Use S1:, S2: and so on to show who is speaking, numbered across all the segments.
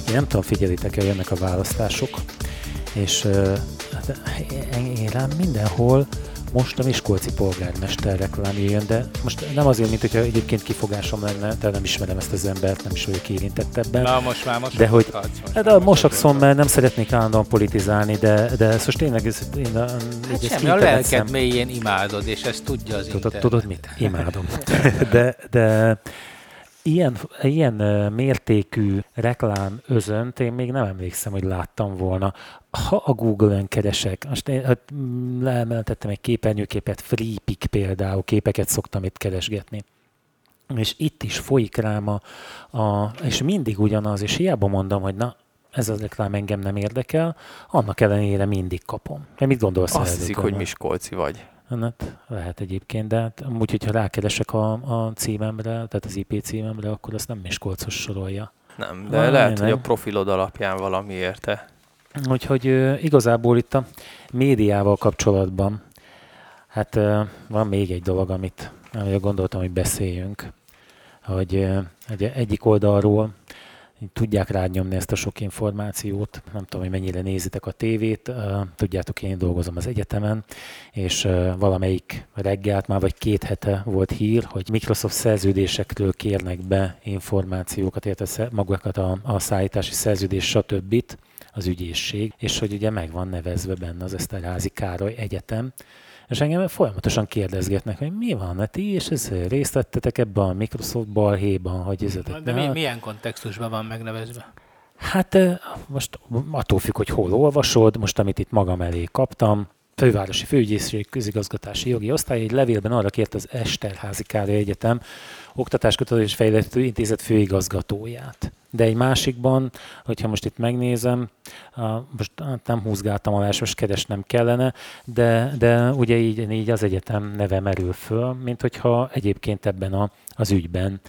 S1: Én nem tudom, figyelitek-e, jönnek a választások, és hát én rám mindenhol most a miskolci polgármester reklám jön, de most nem azért, mint hogyha egyébként kifogásom lenne, de nem ismerem ezt az embert, nem is vagyok érintett ebben.
S2: Na, most már
S1: de hogy a mosakszom, mert nem szeretnék állandóan politizálni, de ez most tényleg
S2: hát semmi, a lelked mélyén imádod, és ezt tudja az internet.
S1: Tudod mit? Imádom. de ilyen mértékű reklám özönt én még nem emlékszem, hogy láttam volna. Ha a Google-ön keresek, most én leemeltettem egy képernyőképet, FreePic például, képeket szoktam itt keresgetni. És itt is folyik rám és mindig ugyanaz, és hiába mondom, hogy na, ez az reklám engem nem érdekel, annak ellenére mindig kapom. Mit gondolsz?
S3: Azt hiszik, hogy miskolci vagy.
S1: Hát lehet egyébként, de hát amúgy, hogyha rákeresek a címemre, tehát az IP címemre, akkor azt nem miskolcos sorolja.
S3: Nem, de lehet, hogy a profilod alapján valamiért te.
S1: Úgyhogy igazából itt a médiával kapcsolatban, hát van még egy dolog, amiről gondoltam, hogy beszéljünk, hogy egyik oldalról tudják rányomni ezt a sok információt. Nem tudom, hogy mennyire nézitek a tévét. Tudjátok, én dolgozom az egyetemen, és valamelyik reggelt már vagy 2 hete volt hír, hogy Microsoft szerződésekről kérnek be információkat, illetve magukat a szállítási szerződés, stb. Az ügyészség, és hogy ugye meg van nevezve benne az Eszterházy Károly Egyetem, és engem folyamatosan kérdezgetnek, hogy mi van, ti és részt vettetek ebben a Microsoft balhéban, hogy ezeket...
S2: De milyen kontextusban van megnevezve?
S1: Hát most attól függ, hogy hol olvasod, most amit itt magam elé kaptam, Fővárosi Főügyészség Közigazgatási Jogi Osztály egy levélben arra kért az Eszterházy Károly Egyetem Oktatáskutató és Fejlesztő Intézet főigazgatóját. De egy másikban, hogyha most itt megnézem, most nem húzgáltam alá, most keresnem kellene, de ugye így az egyetem neve merül föl, mint hogyha egyébként ebben az ügyben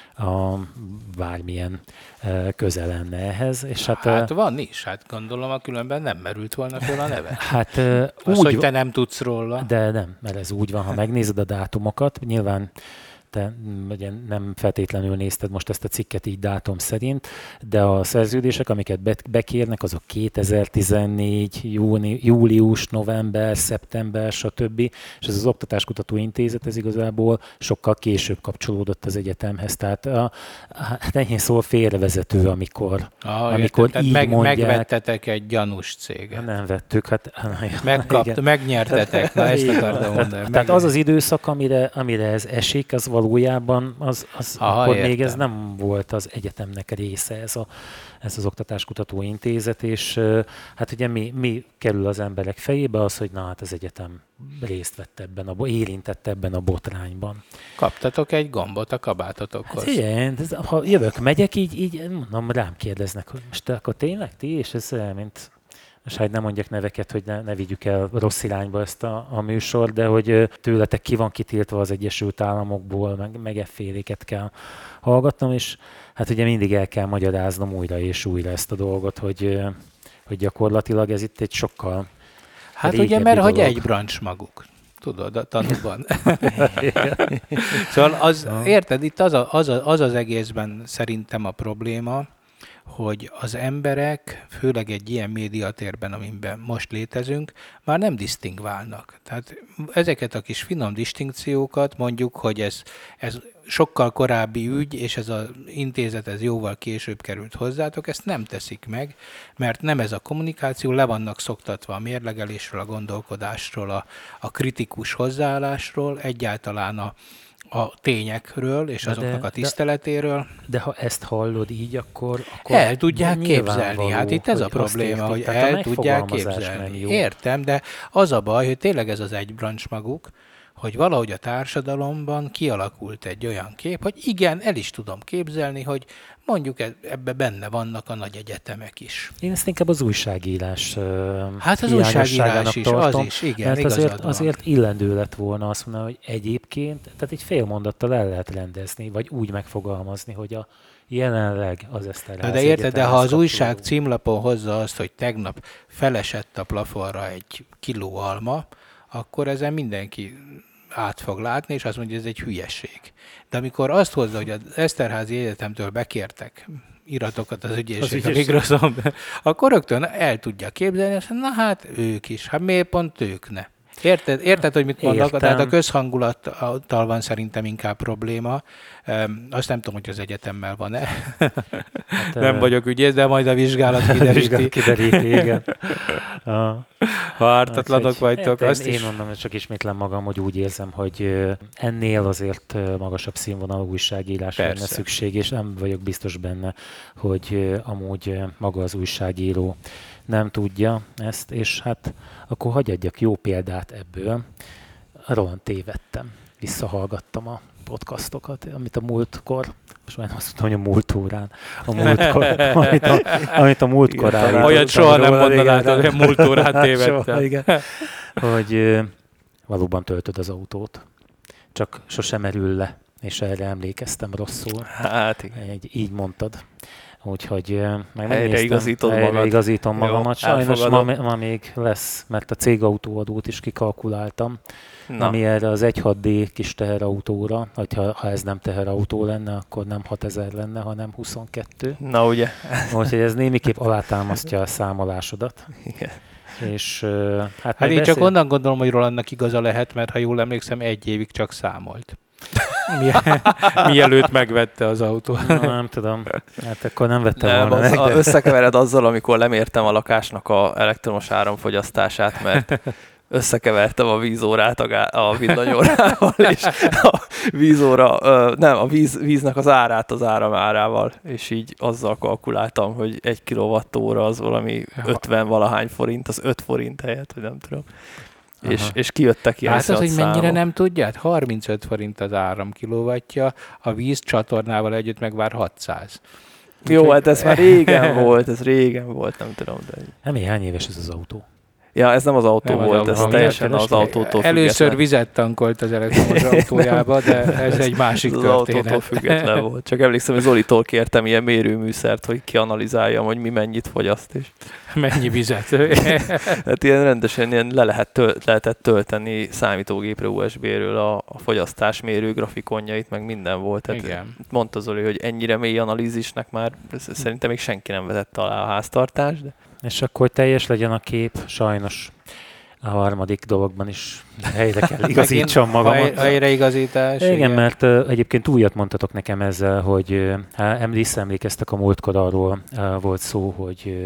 S1: bármilyen köze lenne ehhez. És
S2: hát van is, hát gondolom, különben nem merült volna föl a neve.
S1: Hát
S2: hogy te nem tudsz róla.
S1: De nem, mert ez úgy van, ha megnézed a dátumokat, nyilván te ugye nem feltétlenül nézted most ezt a cikket így dátum szerint, de a szerződések, amiket bekérnek, azok 2014, július, november, szeptember, stb. És ez az Oktatáskutató Intézet, ez igazából sokkal később kapcsolódott az egyetemhez. Tehát hát enyhén szól félrevezető, amikor így mondják.
S2: Megvettetek egy gyanús céget.
S1: Nem vettük, hát...
S2: Megnyertetek, na ezt akartam mondani.
S1: Tehát az az időszak, amire ez esik, az valójában akkor
S2: értem.
S1: még ez nem volt az egyetemnek része, ez az Oktatáskutató Intézet, és hát ugye mi kerül az emberek fejébe az, hogy na hát az egyetem részt vett érintett ebben a botrányban.
S2: Kaptatok egy gombot a kabátotokhoz.
S1: Hát igen, ha megyek, így mondom, rám kérdeznek, hogy most akkor tényleg ti, és ez mint... Most hát nem mondjak neveket, hogy ne vigyük el rossz irányba ezt a műsor, de hogy tőletek ki van kitiltva az Egyesült Államokból, meg efféléket kell hallgatnom, és hát ugye mindig el kell magyaráznom újra és újra ezt a dolgot, hogy gyakorlatilag ez itt egy sokkal
S2: hát ugye, mert dolog. Hogy egy brancs maguk. Tudod, a tanúban. Szóval érted, itt az egészben szerintem a probléma, hogy az emberek, főleg egy ilyen médiatérben, amiben most létezünk, már nem disztingválnak. Tehát ezeket a kis finom distinkciókat, mondjuk, hogy ez sokkal korábbi ügy, és ez az intézet ez jóval később került hozzátok, ezt nem teszik meg, mert nem ez a kommunikáció, le vannak szoktatva a mérlegelésről, a gondolkodásról, a kritikus hozzáállásról, egyáltalán a tényekről és azoknak a tiszteletéről.
S1: De ha ezt hallod így, akkor
S2: el tudják képzelni. Hát itt ez a probléma, hogy el tudják képzelni. Értem, de az a baj, hogy tényleg ez az egy brancs maguk, hogy valahogy a társadalomban kialakult egy olyan kép, hogy igen, el is tudom képzelni, hogy mondjuk ebbe benne vannak a nagy egyetemek is.
S1: Én ezt inkább az újságírás
S2: hát az újságírás is,
S1: tartom,
S2: az is, igen,
S1: mert azért illendő lett volna azt mondani, hogy egyébként, tehát egy fél mondattal el lehet rendezni, vagy úgy megfogalmazni, hogy a jelenleg az Eszterházy.
S2: De érted, de ha az újság címlapon hozza azt, hogy tegnap felesett a plafonra egy kiló alma, akkor ezen mindenki át fog látni, és azt mondja, hogy ez egy hülyeség. De amikor azt hozza, hogy az Eszterházi Egyetemtől bekértek iratokat az ügyészség, a Microsoft, akkor rögtön el tudja képzelni, azt mondja, na hát ők is, hát miért pont ők ne? Érted, hogy mit mondok?
S1: Értem.
S2: Tehát a közhangulattal van szerintem inkább probléma. Azt nem tudom, hogy az egyetemmel van-e. Hát, nem vagyok ügyész, de majd a vizsgálat
S1: kideríti, igen.
S2: Ha ártatlanok vagytok, azt
S1: én
S2: is.
S1: mondom, csak ismétlem magam, hogy úgy érzem, hogy ennél azért magasabb színvonalú újságírásra lenne szükség, és nem vagyok biztos benne, hogy amúgy maga az újságíró nem tudja ezt, és hát akkor hagyj adjak jó példát ebből. Roland tévedtem. Visszahallgattam a podcastokat, amit a múltkor, most már azt mondtam, hogy a múlt órán, amit a múltkor állítottam.
S2: Olyat soha nem mondanád, hogy a múlt órán tévedtem.
S1: Igen. Hogy valóban töltöd az autót, csak sosem merül le, és erre emlékeztem rosszul.
S3: Hát igen.
S1: Így mondtad. Úgyhogy
S3: igazítom
S1: magamat. Sajnos ma még lesz, mert a cégautóadót is kikalkuláltam, ami erre az 1.6D kis teherautóra, ha ez nem teherautó lenne, akkor nem 6000 lenne, hanem 22.
S3: Na ugye.
S1: Úgyhogy ez némiképp alátámasztja a számolásodat.
S3: Igen.
S1: És, hát
S2: én csak onnan gondolom, hogy Rolandnak igaza lehet, mert ha jól emlékszem, 1 évig csak számolt. Mielőtt megvette az autót.
S1: Nem tudom, hát akkor nem vettem volna meg.
S3: Összekevered azzal, amikor lemértem a lakásnak a elektromos áramfogyasztását, mert összekevertem a vízórát a villanyórával, és a vízóra, víznek az árát az áramárával, és így azzal kalkuláltam, hogy 1 kWh az valami 50 valahány forint, az 5 forint helyett, vagy nem tudom. És kijöttek ilyen
S2: számok. Hogy mennyire nem tudját? 35 forint az áram kilowattja, a víz csatornával együtt meg már 600.
S3: Jó, hát ez már régen volt, nem tudom. De...
S1: Hány éves ez az autó?
S3: Ja, ez nem az autó volt, ez teljesen az autótól független.
S2: Először vizet tankolt az elektromos autójába, de ez egy másik történet.
S3: Az autótól független volt. Csak emlékszem, hogy Zolitól kértem ilyen mérőműszert, hogy kianalizáljam, hogy mi mennyit fogyaszt. És...
S2: Mennyi vizet?
S3: Hát ilyen rendesen ilyen lehetett tölteni számítógépre USB-ről a fogyasztásmérő grafikonjait, meg minden volt. Tehát
S2: igen.
S3: Mondta Zoli, hogy ennyire mély analízisnek már szerintem még senki nem vetette alá a háztartást. De...
S1: És akkor teljes legyen a kép, sajnos a harmadik dologban is helyre kell igazítsam magamat.
S2: Helyreigazítás.
S1: Igen, mert egyébként újat mondtatok nekem ezzel, hogy visszaemlékeztek a múltkor, arról volt szó, hogy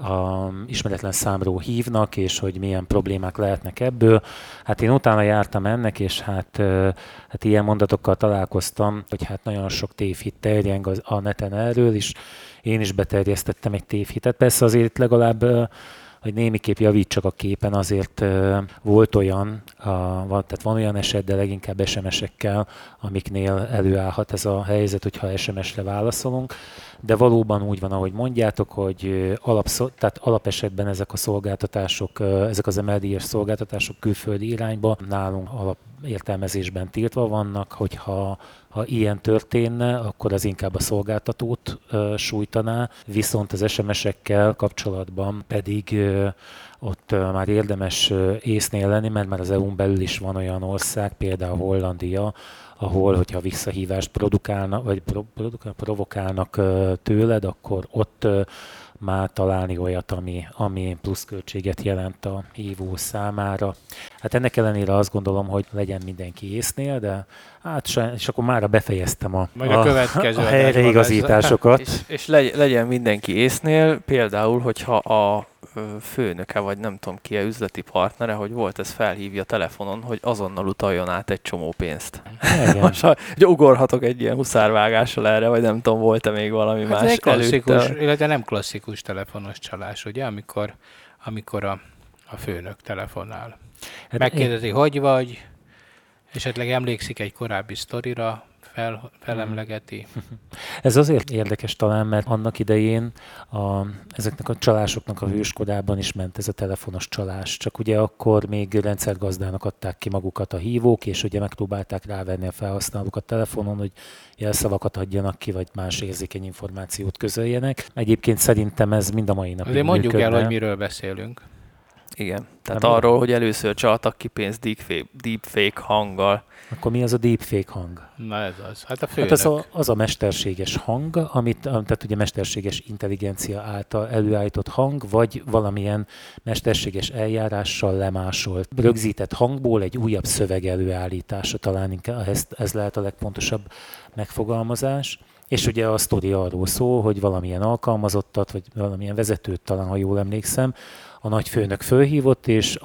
S1: a ismeretlen számról hívnak, és hogy milyen problémák lehetnek ebből. Hát én utána jártam ennek, és hát ilyen mondatokkal találkoztam, hogy hát nagyon sok tévhit terjeng a neten erről, és én is beterjesztettem egy tévhitet. Persze azért legalább, hogy némiképp javítsak a képen, azért volt olyan, tehát van olyan eset, de leginkább SMS-ekkel, amiknél előállhat ez a helyzet, hogyha SMS-re válaszolunk. De valóban úgy van, ahogy mondjátok, hogy tehát alapesetben ezek a szolgáltatások, ezek az MLD-es szolgáltatások külföldi irányba nálunk alapértelmezésben tiltva vannak, hogyha ilyen történne, akkor az inkább a szolgáltatót sújtaná, viszont az SMS-ekkel kapcsolatban pedig ott már érdemes észnél lenni, mert már az EU-n belül is van olyan ország, például Hollandia, ahol, hogyha visszahívást produkálnak, vagy provokálnak tőled, akkor ott már találni olyat, ami pluszköltséget jelent a hívó számára. Hát ennek ellenére azt gondolom, hogy legyen mindenki észnél, de hát és akkor mára befejeztem a helyreigazításokat.
S3: És legyen mindenki észnél, például, hogyha a főnöke, vagy nem tudom ki, üzleti partnere, hogy volt, ez felhívja telefonon, hogy azonnal utaljon át egy csomó pénzt. Most, hogy ugorhatok egy ilyen huszárvágással erre, vagy nem tudom, volt-e még valami
S2: hát
S3: más
S2: ez egy klasszikus, illetve nem klasszikus telefonos csalás, ugye, amikor a főnök telefonál. Hát megkérdezi, hogy vagy, esetleg emlékszik egy korábbi sztorira, felemlegeti.
S1: Ez azért érdekes talán, mert annak idején ezeknek a csalásoknak a hőskorában is ment ez a telefonos csalás. Csak ugye akkor még rendszergazdának adták ki magukat a hívók, és ugye megpróbálták rávenni a felhasználókat telefonon, hogy jelszavakat adjanak ki, vagy más érzékeny információt közöljenek. Egyébként szerintem ez mind a mai napig
S2: mondjuk el, hogy miről beszélünk.
S3: Igen, tehát
S1: Nem
S3: arról, hogy először csaltak ki pénzt deepfake hanggal.
S1: Akkor mi az a deepfake hang?
S2: Na ez az. Hát a főnök.
S1: Hát az a mesterséges hang, tehát ugye mesterséges intelligencia által előállított hang, vagy valamilyen mesterséges eljárással lemásolt, rögzített hangból egy újabb szöveg előállítása, talán inkább ez lehet a legpontosabb megfogalmazás. És ugye a sztori arról szól, hogy valamilyen alkalmazottat, vagy valamilyen vezetőt, talán ha jól emlékszem, a nagyfőnök fölhívott, és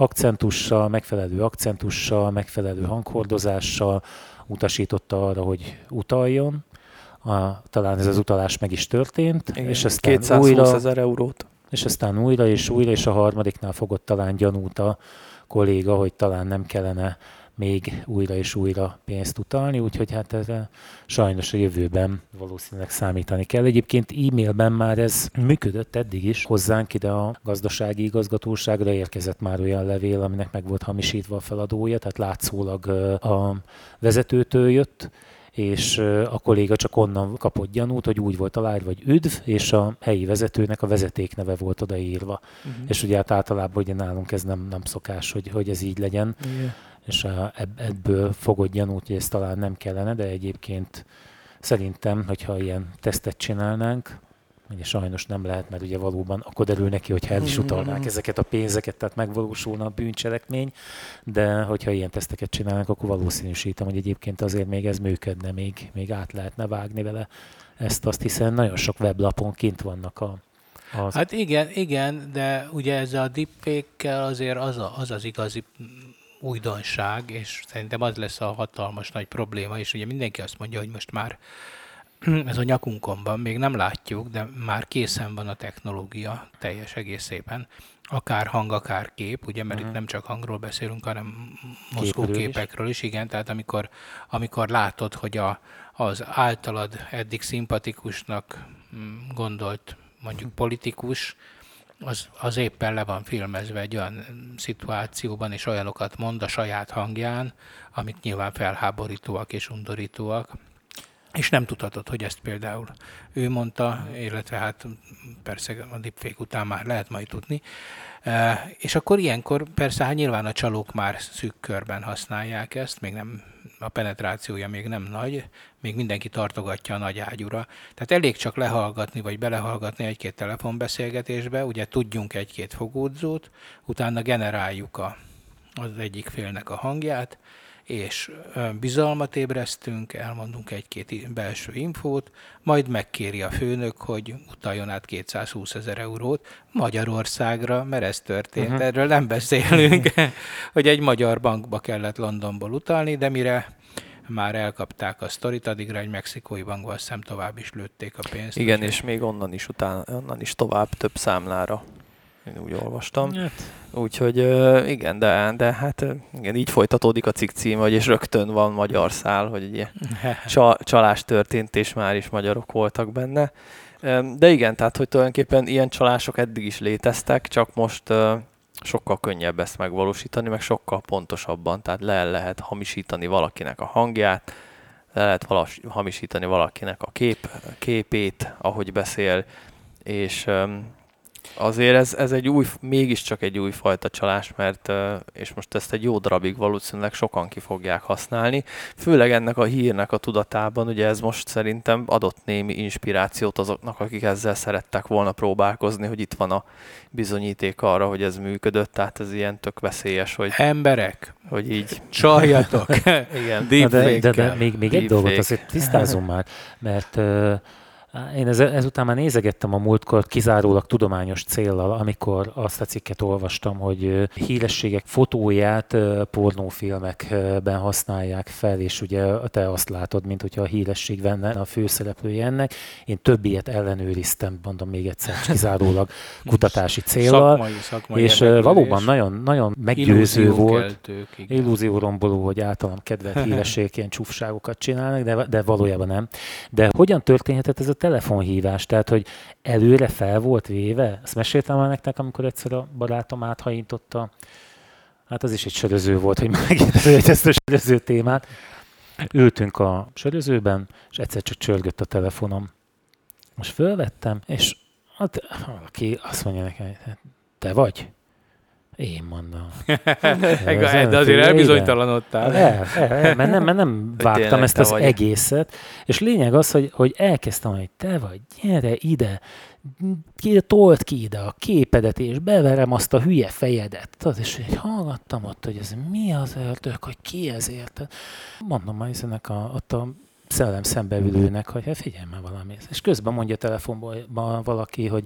S1: megfelelő hanghordozással utasította arra, hogy utaljon. Talán ez az utalás meg is történt.
S3: Igen,
S1: és aztán
S3: 220 000 eurót.
S1: És aztán újra, és a harmadiknál fogott talán gyanút a kolléga, hogy talán nem kellene még újra és újra pénzt utalni, úgyhogy hát erre sajnos a jövőben valószínűleg számítani kell. Egyébként e-mailben már ez működött eddig is. Hozzánk ide a gazdasági igazgatóságra érkezett már olyan levél, aminek meg volt hamisítva a feladója, tehát látszólag a vezetőtől jött, és a kolléga csak onnan kapott gyanút, hogy úgy volt aláírva, vagy üdv, és a helyi vezetőnek a vezetékneve volt odaírva. Uh-huh. És ugye hát általában ugye nálunk ez nem szokás, hogy ez így legyen. Yeah. És ebből fogod gyanút, hogy ez talán nem kellene, de egyébként szerintem, hogyha ilyen tesztet csinálnánk, ugye sajnos nem lehet, mert ugye valóban akkor derül neki, hogyha el is utalnák ezeket a pénzeket, tehát megvalósulna a bűncselekmény, de hogyha ilyen teszteket csinálnak, akkor valószínűsítem, hogy egyébként azért még ez működne, még át lehetne vágni vele ezt-azt, hiszen nagyon sok weblapon kint vannak
S2: Hát igen, de ugye ezzel a deepfake-kel azért az igazi újdonság, és szerintem az lesz a hatalmas nagy probléma, és ugye mindenki azt mondja, hogy most már ez a nyakunkon van, még nem látjuk, de már készen van a technológia teljes egészében. Akár hang, akár kép, ugye, mert itt nem csak hangról beszélünk, hanem mozgóképekről is, igen, tehát amikor látod, hogy az általad eddig szimpatikusnak gondolt mondjuk politikus, az éppen le van filmezve egy olyan szituációban, és olyanokat mond a saját hangján, amik nyilván felháborítóak és undorítóak. És nem tudhatod, hogy ezt például ő mondta, illetve hát persze a deepfake után már lehet majd tudni. És akkor ilyenkor persze hát nyilván a csalók már szűk körben használják ezt, még nem, a penetrációja még nem nagy, még mindenki tartogatja a nagy ágyúra. Tehát elég csak lehallgatni, vagy belehallgatni egy-két telefonbeszélgetésbe, ugye tudjunk egy-két fogódzót, utána generáljuk az egyik félnek a hangját, és bizalmat ébresztünk, elmondunk egy-két belső infót, majd megkéri a főnök, hogy utaljon át 220 000 eurót Magyarországra, mert ez történt, erről nem beszélünk, hogy egy magyar bankba kellett Londonból utalni, de mire már elkapták a sztorit, addigra egy mexikói bankba, azt hiszem tovább is lőtték a pénzt.
S3: Igen, és még onnan is tovább több számlára. Én úgy olvastam. Úgyhogy igen, de hát igen, így folytatódik a cikk címe, és rögtön van magyar szál, hogy egy csalás történt, és már is magyarok voltak benne. De igen, tehát hogy tulajdonképpen ilyen csalások eddig is léteztek, csak most sokkal könnyebb ezt megvalósítani, meg sokkal pontosabban, tehát lehet hamisítani valakinek a hangját, le lehet hamisítani valakinek a képét, ahogy beszél, és azért ez mégiscsak egy új fajta csalás, mert és most ezt egy jó darabig valószínűleg sokan ki fogják használni. Főleg ennek a hírnek a tudatában, ugye ez most szerintem adott némi inspirációt azoknak, akik ezzel szerettek volna próbálkozni, hogy itt van a bizonyíték arra, hogy ez működött, tehát ez ilyen tök veszélyes, hogy...
S2: Emberek,
S3: hogy így...
S2: Csaljatok!
S3: Igen.
S1: De még egy dolgot azért tisztázom már, mert... Én ezután már nézegettem a múltkor kizárólag tudományos céllal, amikor azt a cikket olvastam, hogy hírességek fotóját pornófilmekben használják fel, és ugye te azt látod, mint hogyha a híresség venne a főszereplője ennek. Én több ilyet ellenőriztem, mondom még egyszer, kizárólag kutatási céllal. Szakmai és valóban nagyon meggyőző volt. Illúzióromboló, hogy általam kedvelt hírességek ilyen csúfságokat csinálnak, de valójában nem. De hogyan történhetett ez a telefonhívás, tehát, hogy előre fel volt véve. Ezt meséltem már nektek, amikor egyszer a barátom áthajította. Hát az is egy söröző volt, hogy megint ezt a söröző témát. Ültünk a sörözőben, és egyszer csak csörgött a telefonom. Most fölvettem, és valaki azt mondja nekem, te vagy? Én mondom.
S2: De azért elbizonytalanodtál.
S1: Mert nem vágtam ezt az egészet. És lényeg az, hogy elkezdtem, hogy te vagy, gyere ide, told ki ide a képedet, és beverem azt a hülye fejedet. Tudod, és így hallgattam ott, hogy ez mi az ördög, hogy ki ez érted. Mondom már hiszen ott a szellem szembeülőnek, hogy hát figyelj már valami. És közben mondja a telefonban valaki, hogy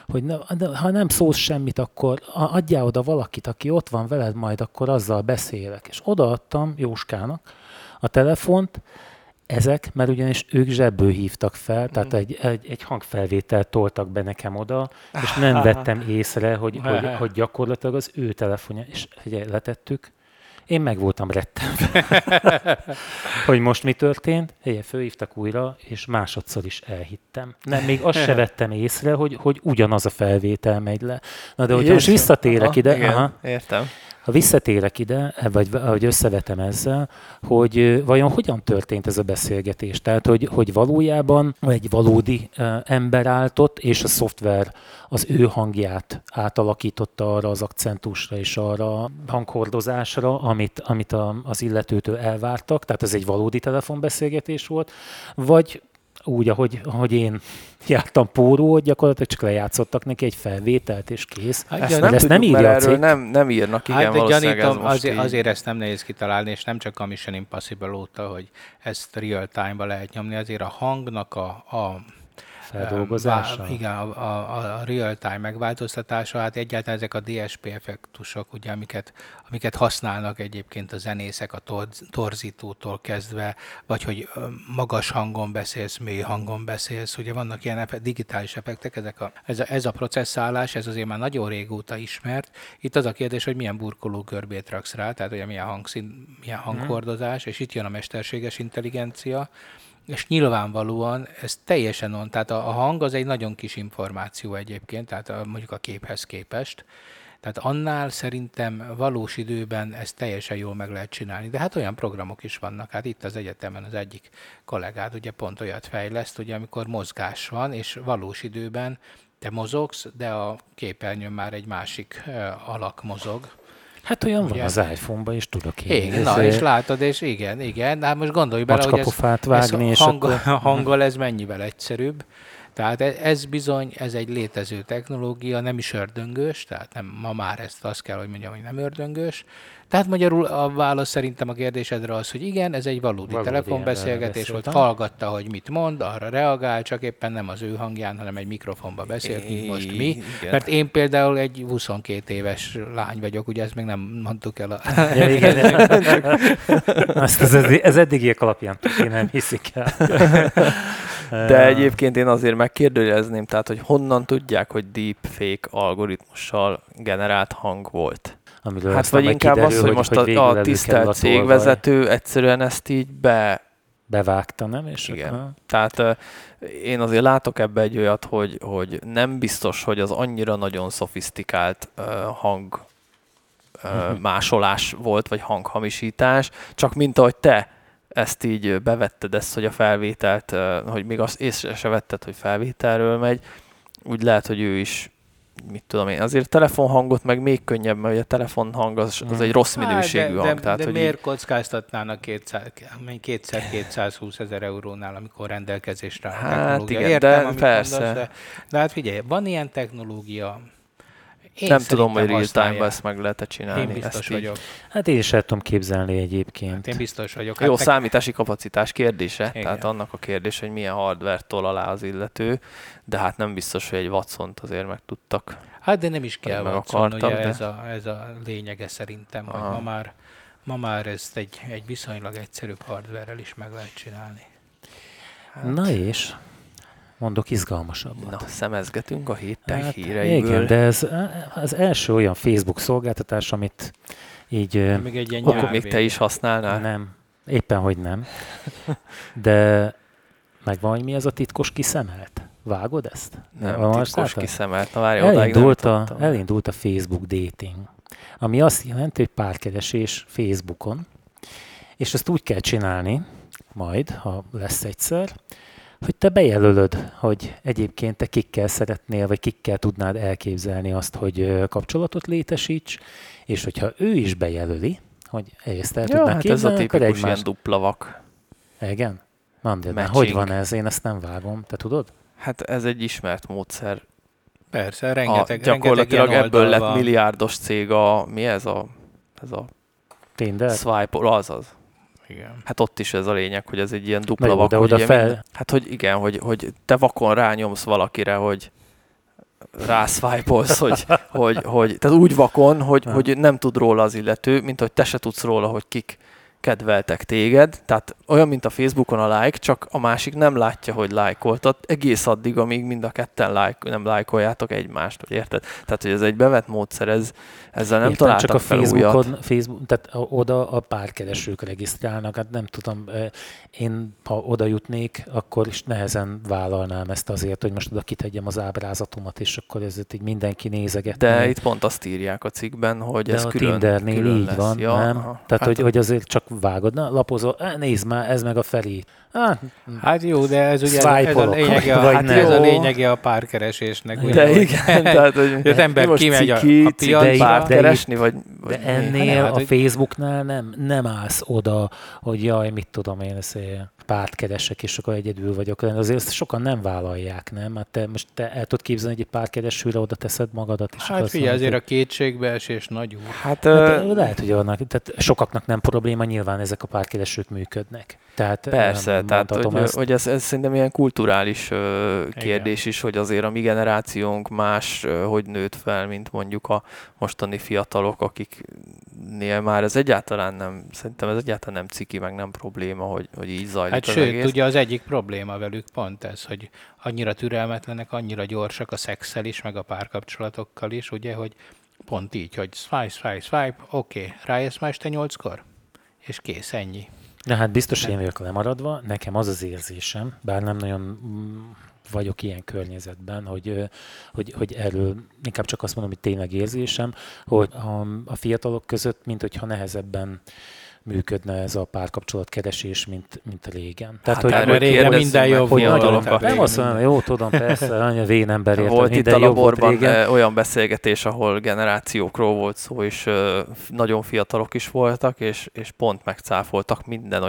S1: ha nem szólsz semmit, akkor adjál oda valakit, aki ott van veled, majd akkor azzal beszélek. És odaadtam Jóskának a telefont, mert ugyanis ők zsebből hívtak fel, tehát egy hangfelvételt toltak be nekem oda, és nem vettem észre, hogy gyakorlatilag az ő telefonja, és figyelj, letettük. Én meg voltam rettenve, hogy most mi történt. Fölhívtak újra, és másodszor is elhittem. Nem, még azt se vettem észre, hogy ugyanaz a felvétel megy le. Na de hogyha most visszatérek ide...
S3: Igen, értem.
S1: Ha visszatérek ide, vagy összevetem ezzel, hogy vajon hogyan történt ez a beszélgetés? Tehát, hogy valójában egy valódi ember állt ott, és a szoftver az ő hangját átalakította arra az akcentusra és arra a hanghordozásra, amit az illetőtől elvártak. Tehát ez egy valódi telefonbeszélgetés volt, vagy úgy, ahogy én jártam póró, gyakorlatilag csak lejátszottak neki egy felvételt, és kész.
S3: Ezt nem írja a cég. Nem írnak, igen, valószínűleg
S2: gyanítom, azért ezt nem nehéz kitalálni, és nem csak a Mission Impossible óta, hogy ezt real time-ba lehet nyomni, azért a hangnak a
S1: feldolgozása.
S2: Igen, a real-time megváltoztatása, hát egyáltalán ezek a DSP effektusok, ugye, amiket használnak egyébként a zenészek, a torzítótól kezdve, vagy hogy magas hangon beszélsz, mély hangon beszélsz, ugye vannak ilyen digitális effektek, ez a processzálás, ez azért már nagyon régóta ismert. Itt az a kérdés, hogy milyen burkoló görbét raksz rá, tehát ugye milyen hanghordozás, és itt jön a mesterséges intelligencia, és nyilvánvalóan ez teljesen tehát a hang az egy nagyon kis információ egyébként, tehát mondjuk a képhez képest. Tehát annál szerintem valós időben ezt teljesen jól meg lehet csinálni. De hát olyan programok is vannak. Hát itt az egyetemen az egyik kollégád ugye pont olyat fejleszt, ugye, amikor mozgás van, és valós időben te mozogsz, de a képernyőn már egy másik alak mozog.
S1: Hát olyan ugye, van az iPhone-ban is tudok én.
S2: Igen, na és látod, és igen. Hát most gondolj bele, hogy ez hanggal ez mennyivel egyszerűbb. Tehát ez bizony, ez egy létező technológia, nem is ördöngős, tehát ma már azt kell, hogy mondjam, hogy nem ördöngős. Tehát magyarul a válasz szerintem a kérdésedre az, hogy igen, ez egy valódi telefonbeszélgetés volt, hallgatta, hogy mit mond, arra reagál, csak éppen nem az ő hangján, hanem egy mikrofonba beszélt, mint most mi. Igen. Mert én például egy 22 éves lány vagyok, ugye ezt még nem mondtuk el.
S1: Ez eddigiek alapján én nem hiszik el.
S3: De egyébként én azért megkérdőjelezném, tehát hogy honnan tudják, hogy deepfake algoritmussal generált hang volt.
S1: Amiről
S3: hát vagy inkább kiderül, az, hogy most a tisztelt cégvezető egyszerűen ezt így
S1: bevágta, nem? És
S3: igen. Tehát én azért látok ebbe egy olyat, hogy nem biztos, hogy az annyira nagyon szofisztikált hang másolás volt, vagy hanghamisítás, csak mint ahogy te ezt így bevetted ezt, hogy a felvételt, hogy még azt észre se vetted, hogy felvételről megy, úgy lehet, hogy ő is, mit tudom én, azért telefonhangot meg még könnyebb, mert a telefonhang az egy rossz minőségű hang.
S2: De hogy miért kockáztatnának 220 000 eurónál, amikor rendelkezésre áll a technológia?
S3: Igen,
S2: értem,
S3: de persze.
S2: Mondasz, de hát figyelj, van ilyen technológia.
S3: Én nem tudom, hogy real-time-ban ezt meg lehet-e csinálni.
S2: Én biztos vagyok.
S1: Hát én is el tudom képzelni egyébként. Hát
S2: én biztos vagyok.
S3: Jó, számítási kapacitás kérdése, igen. Tehát annak a kérdés, hogy milyen hardware tol alá az illető, de hát nem biztos, hogy egy Watson-t azért meg tudtak.
S2: Hát de nem is kell Watson, ugye ez a lényege szerintem, hogy ma már ezt egy viszonylag egyszerűbb hardware-rel is meg lehet csinálni.
S1: Hát. Na és... Mondok izgalmasabbat.
S3: Na, szemezgetünk a héttel híreiből.
S1: Igen, de ez az első olyan Facebook szolgáltatás, amit így...
S2: Még egy ilyen
S3: akkor még te is használnál?
S1: Nem, éppen hogy nem. De megvan, hogy mi ez a titkos kiszemelt? Vágod ezt?
S3: Nem, titkos kiszemelt. Na várj,
S1: elindult a Facebook dating, ami azt jelenti, hogy párkeresés Facebookon, és ezt úgy kell csinálni, majd, ha lesz egyszer, hogy te bejelölöd, hogy egyébként te kikkel szeretnél, vagy kikkel tudnád elképzelni azt, hogy kapcsolatot létesíts, és hogyha ő is bejelöli, hogy ezt el tudná
S3: hát
S1: képzelni,
S3: ez a
S1: akkor
S3: tipikus ilyen
S1: egymás...
S3: dupla vak.
S1: Igen? Mondd,
S3: Matching.
S1: hogy van ez? Én ezt nem vágom. Te tudod?
S3: Hát ez egy ismert módszer.
S2: Persze, rengeteg
S3: Gyakorlatilag
S2: ilyen
S3: ebből lett
S2: van.
S3: milliárdos cég mi ez a
S1: Tinder?
S3: Swipe, azaz.
S2: Igen.
S3: Hát ott is ez a lényeg, hogy ez egy ilyen dupla
S1: Na jó,
S3: vak.
S1: de
S3: hogy
S1: oda
S3: ugye
S1: fel...
S3: Hát, hogy igen, hogy te vakon rányomsz valakire, hogy rászvájpolsz, hogy tehát úgy vakon, hogy nem tud róla az illető, mint hogy te se tudsz róla, hogy kik kedveltek téged. Tehát olyan, mint a Facebookon a like, csak a másik nem látja, hogy lájkoltad, egész addig, amíg mind a ketten nem lájkoljátok egymást, hogy érted? Tehát, hogy ez egy bevett módszer, ezzel nem találtak
S1: csak a
S3: fel újat.
S1: Facebook, tehát oda a párkeresők regisztrálnak, hát nem tudom, én ha oda jutnék, akkor is nehezen vállalnám ezt azért, hogy most oda kitegyem az ábrázatomat, és akkor ezért így mindenki nézegetne.
S3: De itt pont azt írják a cikkben, hogy
S1: de
S3: ez
S1: a
S3: külön
S1: Tindernél így
S3: lesz.
S1: van,
S3: Ja,
S1: nem?
S3: aha.
S1: Tehát,
S3: Hát
S1: hogy azért csak vágod, na, lapozol, nézd már, ez meg a Feri.
S2: Hát jó, de ez ugye
S1: Swipe-olok,
S2: ez a lényege a párkeresésnek. Ugye,
S3: de
S2: hogy
S3: igen, tehát, hogy
S2: az ember
S3: most
S2: kimegy a
S3: ciki,
S2: piacba.
S3: párt keresni, vagy
S1: De
S3: mi?
S1: ennél
S2: Hát,
S1: a Facebooknál nem állsz oda, hogy jaj, mit tudom én, párt keresek, és akkor egyedül vagyok. Azért ezt sokan nem vállalják, nem? Hát te el tudod képzelni, hogy egy párkeresőre oda teszed magadat. És
S2: Hát figyelj, azért a kétségbeesés nagy úr.
S3: Hát,
S1: lehet, hogy tehát sokaknak nem probléma, nyilván ezek a párkeresők működnek. Tehát
S3: persze, tehát
S1: ezt.
S3: hogy ez szerintem ilyen kulturális kérdés is, hogy azért a mi generációnk más, hogy nőtt fel, mint mondjuk a mostani fiatalok, akiknél már ez egyáltalán nem, szerintem ez egyáltalán nem ciki, meg nem probléma, hogy így zajlik
S2: Hát
S3: az
S2: sőt,
S3: egész.
S2: ugye az egyik probléma velük pont ez, hogy annyira türelmetlenek, annyira gyorsak a szexszel is, meg a párkapcsolatokkal is, ugye, hogy pont így, hogy swipe, oké, rájössz ma este 8-kor? És kész, ennyi.
S1: De hát biztos én vagyok lemaradva, nekem az az érzésem, bár nem nagyon vagyok ilyen környezetben, hogy erről inkább csak azt mondom, hogy tényleg érzésem, hogy a fiatalok között, mint hogyha nehezebben működne ez a párkapcsolatkeresés, mint régen.
S2: Tehát, hogy régen minden jobb
S3: volt.
S1: Nem azt mondom, jó, tudom, persze, anya vén ember érte,
S3: volt itt
S1: minden
S3: a
S1: jobb volt
S3: laborban
S1: régen.
S3: olyan beszélgetés, ahol generációkról volt szó, és nagyon fiatalok is voltak, és pont megcáfoltak minden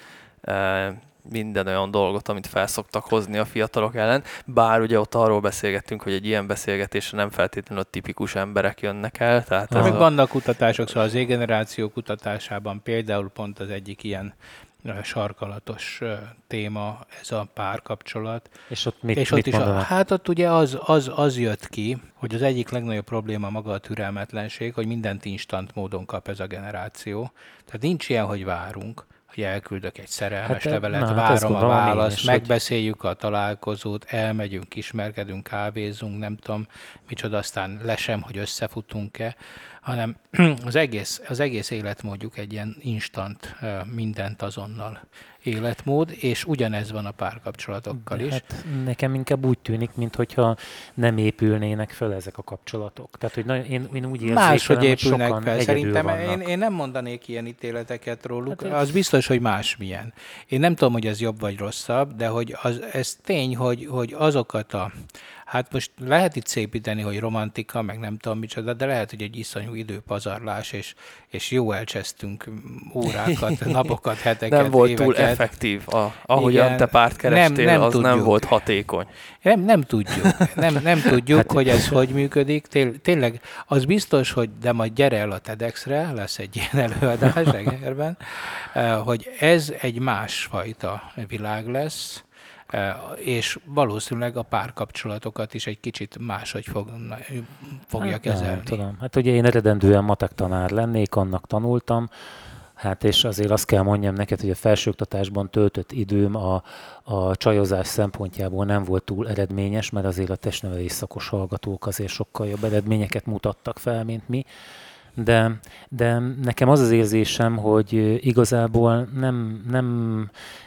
S3: olyan dolgot, amit felszoktak hozni a fiatalok ellen. Bár ugye ott arról beszélgettünk, hogy egy ilyen beszélgetésre nem feltétlenül a tipikus emberek jönnek el. Tehát
S2: még vannak kutatások, szóval az Z-generáció kutatásában például pont az egyik ilyen sarkalatos téma, ez a párkapcsolat.
S1: És ott mit
S2: is
S1: mondanak?
S2: hát ott ugye az jött ki, hogy az egyik legnagyobb probléma maga a türelmetlenség, hogy mindent instant módon kap ez a generáció. Tehát nincs ilyen, hogy várunk, hogy elküldök egy szerelmes levelet, várom a választ, megbeszéljük a találkozót, elmegyünk, ismerkedünk, kávézunk, nem tudom micsoda, aztán lesem, hogy összefutunk-e, hanem az egész életmódjuk egy ilyen instant, mindent azonnal életmód, és ugyanez van a párkapcsolatokkal is.
S1: Hát nekem inkább úgy tűnik, mintha nem épülnének fel ezek a kapcsolatok. Tehát, hogy én úgy érzékelem,
S2: máshogy
S1: hogy
S2: épülnek
S1: sokan
S2: fel.
S1: egyedül
S2: Szerintem
S1: vannak.
S2: én nem mondanék ilyen ítéleteket róluk.
S1: Hát
S2: az biztos, hogy másmilyen. Én nem tudom, hogy ez jobb vagy rosszabb, de hogy ez tény, hogy azokat hát most lehet itt szépíteni, hogy romantika, meg nem tudom micsoda, de lehet, hogy egy iszonyú időpazarlás, és jó elcsesztünk órákat, napokat, heteket,
S3: nem volt
S2: éveket.
S3: túl effektív. Ahogyan te párt kerestél,
S2: nem
S3: az
S2: tudjuk.
S3: nem volt hatékony.
S2: Nem tudjuk. Nem tudjuk, hát, hogy ez hogy működik. Tényleg az biztos, hogy de majd gyere el a TEDx-re, lesz egy ilyen előadás Egerben, hogy ez egy másfajta világ lesz, és valószínűleg a párkapcsolatokat is egy kicsit máshogy fogja kezelni.
S1: Nem tudom. Hát ugye én eredendően matek tanár lennék, annak tanultam, hát és azért azt kell mondjam neked, hogy a felsőoktatásban töltött időm a csajozás szempontjából nem volt túl eredményes, mert azért a testnevelés szakos hallgatók azért sokkal jobb eredményeket mutattak fel, mint mi. De nekem az az érzésem, hogy igazából nem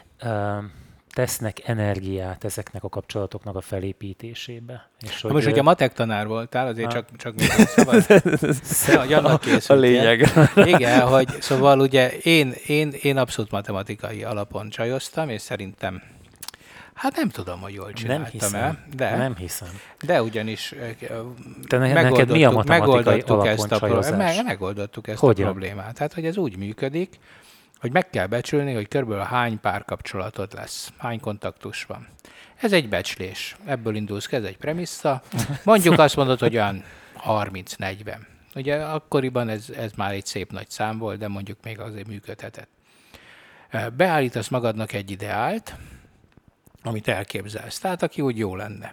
S1: tesznek energiát ezeknek a kapcsolatoknak a felépítésébe. És
S2: hogy most, hogy a matek tanár voltál, azért csak még szabad. Hogy annak készült.
S3: A lényeg.
S2: Igen, hogy szóval ugye én abszolút matematikai alapon csajoztam, és szerintem Hát nem tudom, hogy jól csináltam
S1: Nem hiszem.
S2: De ugyanis
S1: neked mi a matematikai alappontcsajozás?
S2: Megoldottuk ezt a problémát. Tehát, hogy ez úgy működik, hogy meg kell becsülni, hogy körülbelül hány párkapcsolatod lesz, hány kontaktus van. Ez egy becslés. Ebből indulsz ki, ez egy premissza. Mondjuk azt mondod, hogy olyan 30-40. Ugye akkoriban ez már egy szép nagy szám volt, de mondjuk még azért működhetett. Beállítasz magadnak egy ideált, amit elképzelsz. Tehát aki úgy jó lenne.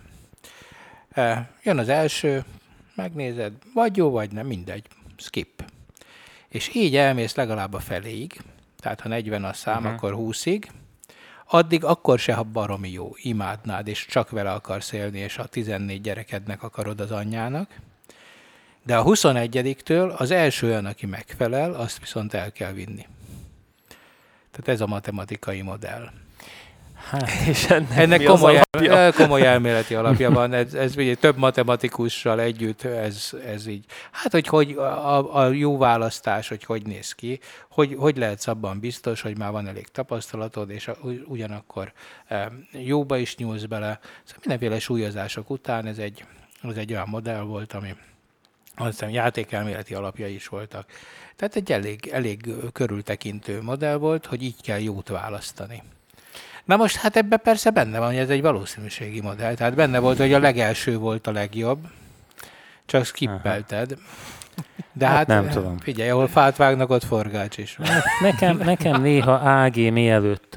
S2: Jön az első, megnézed, vagy jó, vagy nem, mindegy. Skip. És így elmész legalább a feléig. Tehát ha 40 a szám, akkor 20-ig. Addig akkor se, ha baromi jó, imádnád, és csak vele akarsz élni, és a 14 gyerekednek akarod az anyjának. De a 21-től az első olyan, aki megfelel, azt viszont el kell vinni. Tehát ez a matematikai modell.
S1: Hát,
S3: és
S2: ennek komoly elméleti alapja van, ez ugye több matematikussal együtt ez így. Hát, hogy a jó választás, hogy néz ki, hogy lehetsz abban biztos, hogy már van elég tapasztalatod, és ugyanakkor jóba is nyúlsz bele. Szóval mindenféle súlyozások után ez egy olyan modell volt, ami azt hiszem játékelméleti alapjai is voltak. Tehát egy elég körültekintő modell volt, hogy így kell jót választani. Na most hát ebben persze benne van, hogy ez egy valószínűségi modell. Tehát benne volt, hogy a legelső volt a legjobb, csak skippelted. De hát
S1: nem tudom.
S2: Figyelj, ahol fát vágnak, ott forgács is van.
S1: Nekem néha AG mielőtt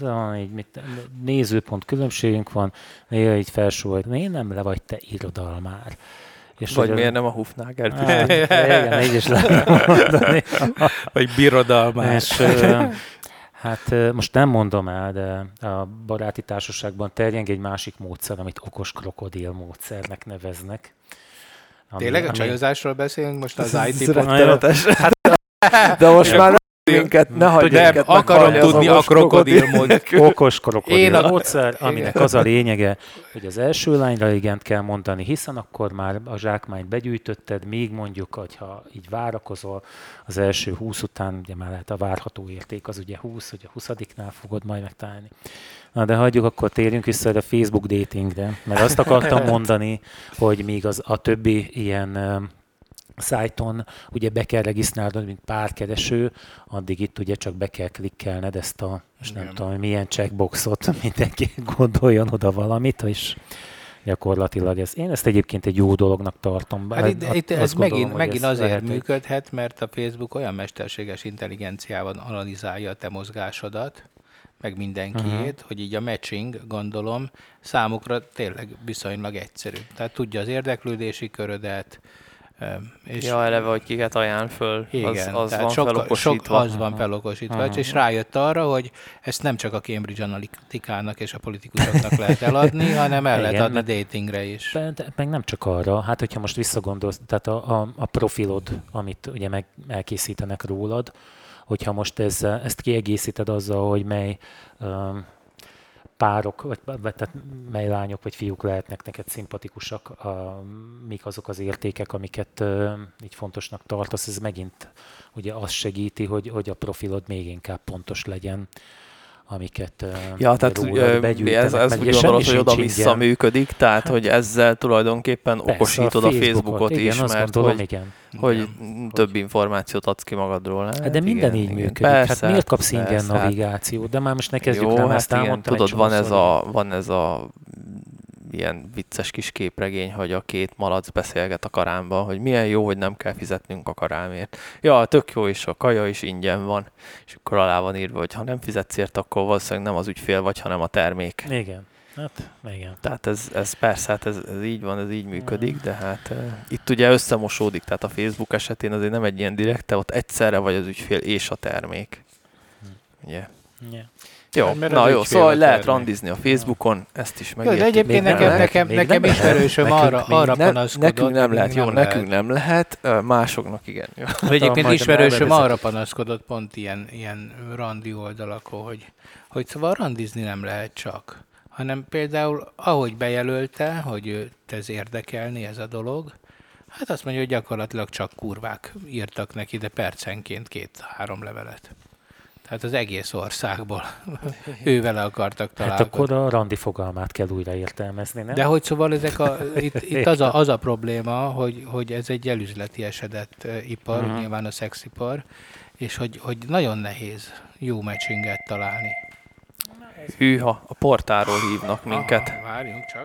S1: nézőpont különbségünk van, néha így felsorolja, én nem le vagy te irodalmár.
S3: És vagy miért nem a Hufnagel?
S1: Igen, így is lehet mondani.
S2: Vagy birodalmár.
S1: És, hát most nem mondom el, de a baráti társaságban terjeng egy másik módszer, amit okos krokodil módszernek neveznek.
S2: Tényleg a csajozásról beszélünk most az IT
S3: de most már minket, ne hagyd minket
S2: akarom tudni a krokodil mód.
S1: Okos krokodil módszer, aminek az a lényege, hogy az első lányra igent kell mondani, hiszen akkor már a zsákmányt begyűjtötted, még mondjuk, hogyha így várakozol, az első 20 után, ugye már lehet a várható érték, az ugye 20, hogy a 20-nál fogod majd megtalálni. Na de hagyjuk, akkor térjünk vissza a Facebook datingre, mert azt akartam mondani, hogy még a többi ilyen szájton ugye be kell regisztrálnod, mint párkereső, addig itt ugye csak be kell klikkelned ezt a, most nem tudom, milyen checkboxot, mindenki gondoljon oda valamit, és gyakorlatilag én ezt egyébként egy jó dolognak tartom.
S2: Hát itt ez megint azért működhet, mert a Facebook olyan mesterséges intelligenciával analizálja a te mozgásodat, meg mindenkiét, hogy így a matching, gondolom, számukra tényleg viszonylag egyszerű. Tehát tudja az érdeklődési körödet,
S3: és eleve, hogy kiket ajánl föl,
S2: igen,
S3: az van felokosítva.
S2: Az van felokosítva, és rájött arra, hogy ezt nem csak a Cambridge Analytica-nak és a politikusoknak lehet eladni, hanem el lehet adni datingre is.
S1: Meg nem csak arra, hát hogyha most visszagondolsz, tehát a profilod, amit ugye elkészítenek rólad, hogyha most ezt kiegészíted azzal, hogy mely párok, vagy tehát mely lányok vagy fiúk lehetnek neked szimpatikusak, mik azok az értékek, amiket így fontosnak tartasz, ez megint ugye azt segíti, hogy a profilod még inkább pontos legyen, amiket
S3: tehát
S1: begyűjtenek.
S3: Ez úgy gondolod, hogy oda-vissza működik, tehát hogy ezzel tulajdonképpen okosítod a Facebookot is,
S1: igen,
S3: mert hogy több információt adsz ki magadról.
S1: De minden így működik.
S3: Persze,
S1: hát miért kapsz ingyen navigációt? De már most ne kezdjük rá, ezt elmondtam.
S3: Tudod, van ez a ilyen vicces kis képregény, hogy a két malac beszélget a karámban, hogy milyen jó, hogy nem kell fizetnünk a karámért. Ja, tök jó, és a kaja is ingyen van. És akkor alá van írva, hogy ha nem fizetsz ért, akkor valószínűleg nem az ügyfél vagy, hanem a termék.
S1: Igen. Hát, igen.
S3: Tehát ez persze, hát ez így van, ez így működik, de hát itt ugye összemosódik, tehát a Facebook esetén azért nem egy ilyen direkt, ott egyszerre vagy az ügyfél és a termék. Ugye? Yeah. Jó, jó, szóval lehet randizni a Facebookon, ezt is megértjük.
S2: De egyébként nekem ismerősöm arra panaszkodott.
S3: Nekünk nem lehet, jó, nekünk nem lehet, másoknak igen.
S2: Egyébként ismerősöm arra panaszkodott pont ilyen randi oldalakon, hogy szóval randizni nem lehet csak, hanem például ahogy bejelölte, hogy őt ez érdekelni, ez a dolog, hát azt mondja, hogy gyakorlatilag csak kurvák írtak neki, de percenként 2-3 levelet. Tehát az egész országból ő vele akartak találkozni.
S1: Hát akkor a randi fogalmát kell újra értelmezni, nem?
S2: De hogy szóval itt az a probléma, hogy ez egy elüzleti esedett ipar, nyilván a szexipar, és hogy nagyon nehéz jó matchinget találni.
S3: Hűha, a portáról hívnak minket.
S2: Aha, várjunk csak.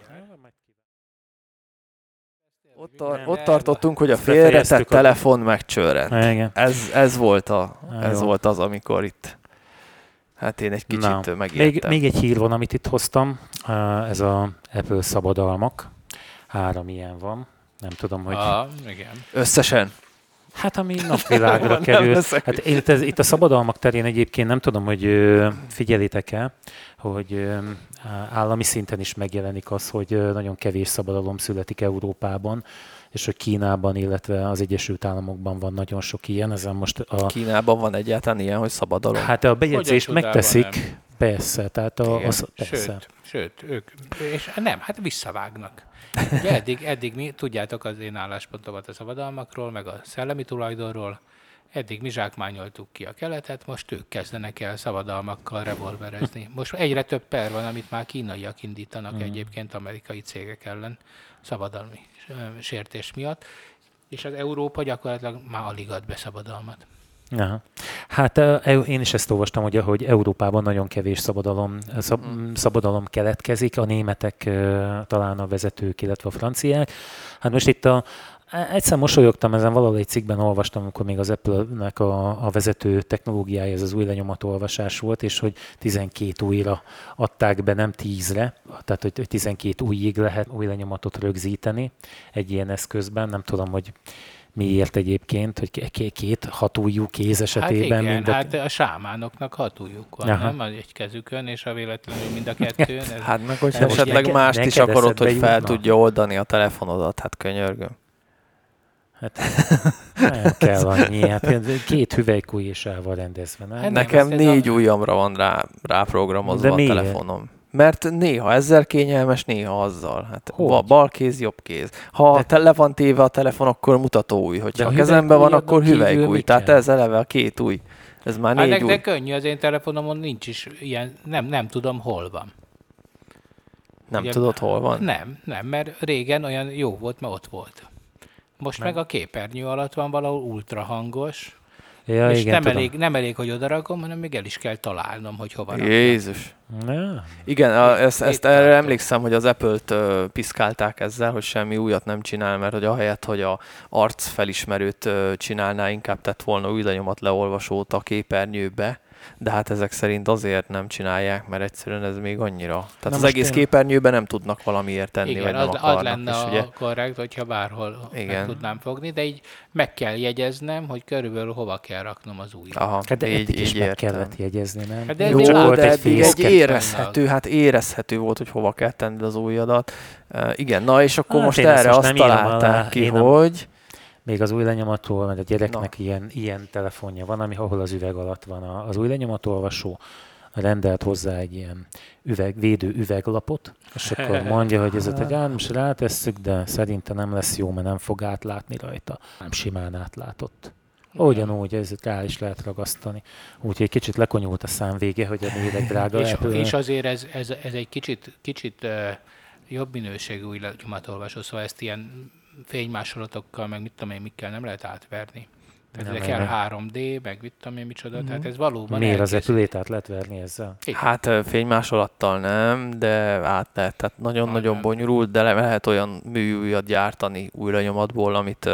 S3: Ott tartottunk, hogy a
S1: Befejeztük
S3: félretett telefon megcsörrent.
S1: Igen.
S3: Ez volt az, amikor itt... Hát én egy kicsit megijedtem.
S1: Még egy hír van, amit itt hoztam. Ez a Apple szabadalmak. 3 ilyen van. Nem tudom, hogy...
S2: Igen.
S3: Összesen?
S1: Hát ami napvilágra került. Hát itt a szabadalmak terén egyébként nem tudom, hogy figyelitek-e, hogy állami szinten is megjelenik az, hogy nagyon kevés szabadalom születik Európában, és hogy Kínában, illetve az Egyesült Államokban van nagyon sok ilyen. Ezen most
S3: Kínában van egyáltalán ilyen, hogy szabadalom?
S1: Hát a bejegyzést
S2: Hogyan
S1: megteszik,
S2: nem?
S1: persze. Tehát persze.
S2: Sőt, ők, és nem, hát visszavágnak. Ugye eddig mi, tudjátok az én álláspontomat a szabadalmakról, meg a szellemi tulajdonról, eddig mi zsákmányoltuk ki a keletet, most ők kezdenek el szabadalmakkal revolverezni. Most egyre több per van, amit már kínaiak indítanak egyébként amerikai cégek ellen szabadalmi sértés miatt, és az Európa gyakorlatilag már alig ad be szabadalmat.
S1: Aha. Hát én is ezt olvastam, hogy Európában nagyon kevés szabadalom keletkezik, a németek talán a vezetők, illetve a franciák. Hát most itt egyszer mosolyogtam ezen, valahol egy cikkben olvastam, amikor még az Apple-nek a vezető technológiája, ez az új lenyomatolvasás volt, és hogy 12 újra adták be, nem 10-re, tehát hogy 12 újig lehet új lenyomatot rögzíteni egy ilyen eszközben. Nem tudom, hogy miért egyébként, hogy 2 hatujjú kéz esetében.
S2: Hát igen, hát a sámánoknak 6 ujjuk van, nem? Egy kezükön, és ha véletlenül mind a kettőn.
S3: Hát meg, hogyha esetleg mást is akarod, hogy fel tudja oldani a telefonodat, hát könyörgöm.
S1: Hát nem kell annyi, hát 2 hüvelykúj is el van rendezve. Nem?
S3: Nekem 4 ujjamra van ráprogramozva a telefonom. Mert néha ezzel kényelmes, néha azzal. Hát bal kéz, jobb kéz. Ha le van téve a telefon, akkor mutatóujj. Hogyha a kezemben van, akkor hüvelykúj. Tehát ez eleve a 2 ujj. Ez már 4 ujj.
S2: De könnyű, az én telefonomon nincs is ilyen, nem tudom, hol van.
S3: Nem tudod, hol van?
S2: Nem, mert régen olyan jó volt, mert ott volt. Most meg a képernyő alatt van valahol ultrahangos,
S1: ja,
S2: és
S1: igen,
S2: nem elég, hogy odarakom, hanem még el is kell találnom, hogy hova rakjam.
S3: Jézus.
S1: Ja.
S3: Igen, ezt erre emlékszem, hogy az Apple-t piszkálták ezzel, hogy semmi újat nem csinál, mert hogy ahelyett, hogy a arcfelismerőt csinálná, inkább tett volna új lenyomat leolvasót a képernyőbe, de hát ezek szerint azért nem csinálják, mert egyszerűen ez még annyira. Tehát az egész képernyőben nem tudnak valamiért tenni,
S2: igen,
S3: vagy nem akarnak.
S2: Az lenne a korrekt, hogyha bárhol meg tudnám fogni, de így meg kell jegyeznem, hogy körülbelül hova kell raknom az ujjat.
S3: Aha,
S1: hát eddig is meg kellett jegyezni, nem?
S2: De
S3: jó, de eddig egy érezhető volt, hogy hova kell tenned az ujjadat. Igen, na és akkor most erre azt találták ki, hogy...
S1: Még az új lenyomatról, mert a gyereknek ilyen telefonja van, ahol az üveg alatt van az új lenyomatolvasó, rendelt hozzá egy ilyen védő üveglapot, és akkor mondja, hogy ez a most rátesszük, de szerintem nem lesz jó, mert nem fog átlátni rajta. Nem simán átlátott. Ugyanúgy, ez rá is lehet ragasztani. Úgyhogy kicsit lekonyult a szám vége, hogy a méret drága.
S2: És azért ez egy kicsit jobb minőségű új lenyomatolvasó, szóval ezt ilyen fénymásolatokkal, meg mit tudom én, mikkel nem lehet átverni. Tehát ezek kell 3D, meg mit tudom én, micsoda, tehát ez valóban
S1: miért az Apple-ét át lehet verni ezzel?
S3: Hát fénymásolattal nem, de át lehet. Tehát nagyon-nagyon bonyolult, de lehet olyan műújat gyártani új lenyomatból, amit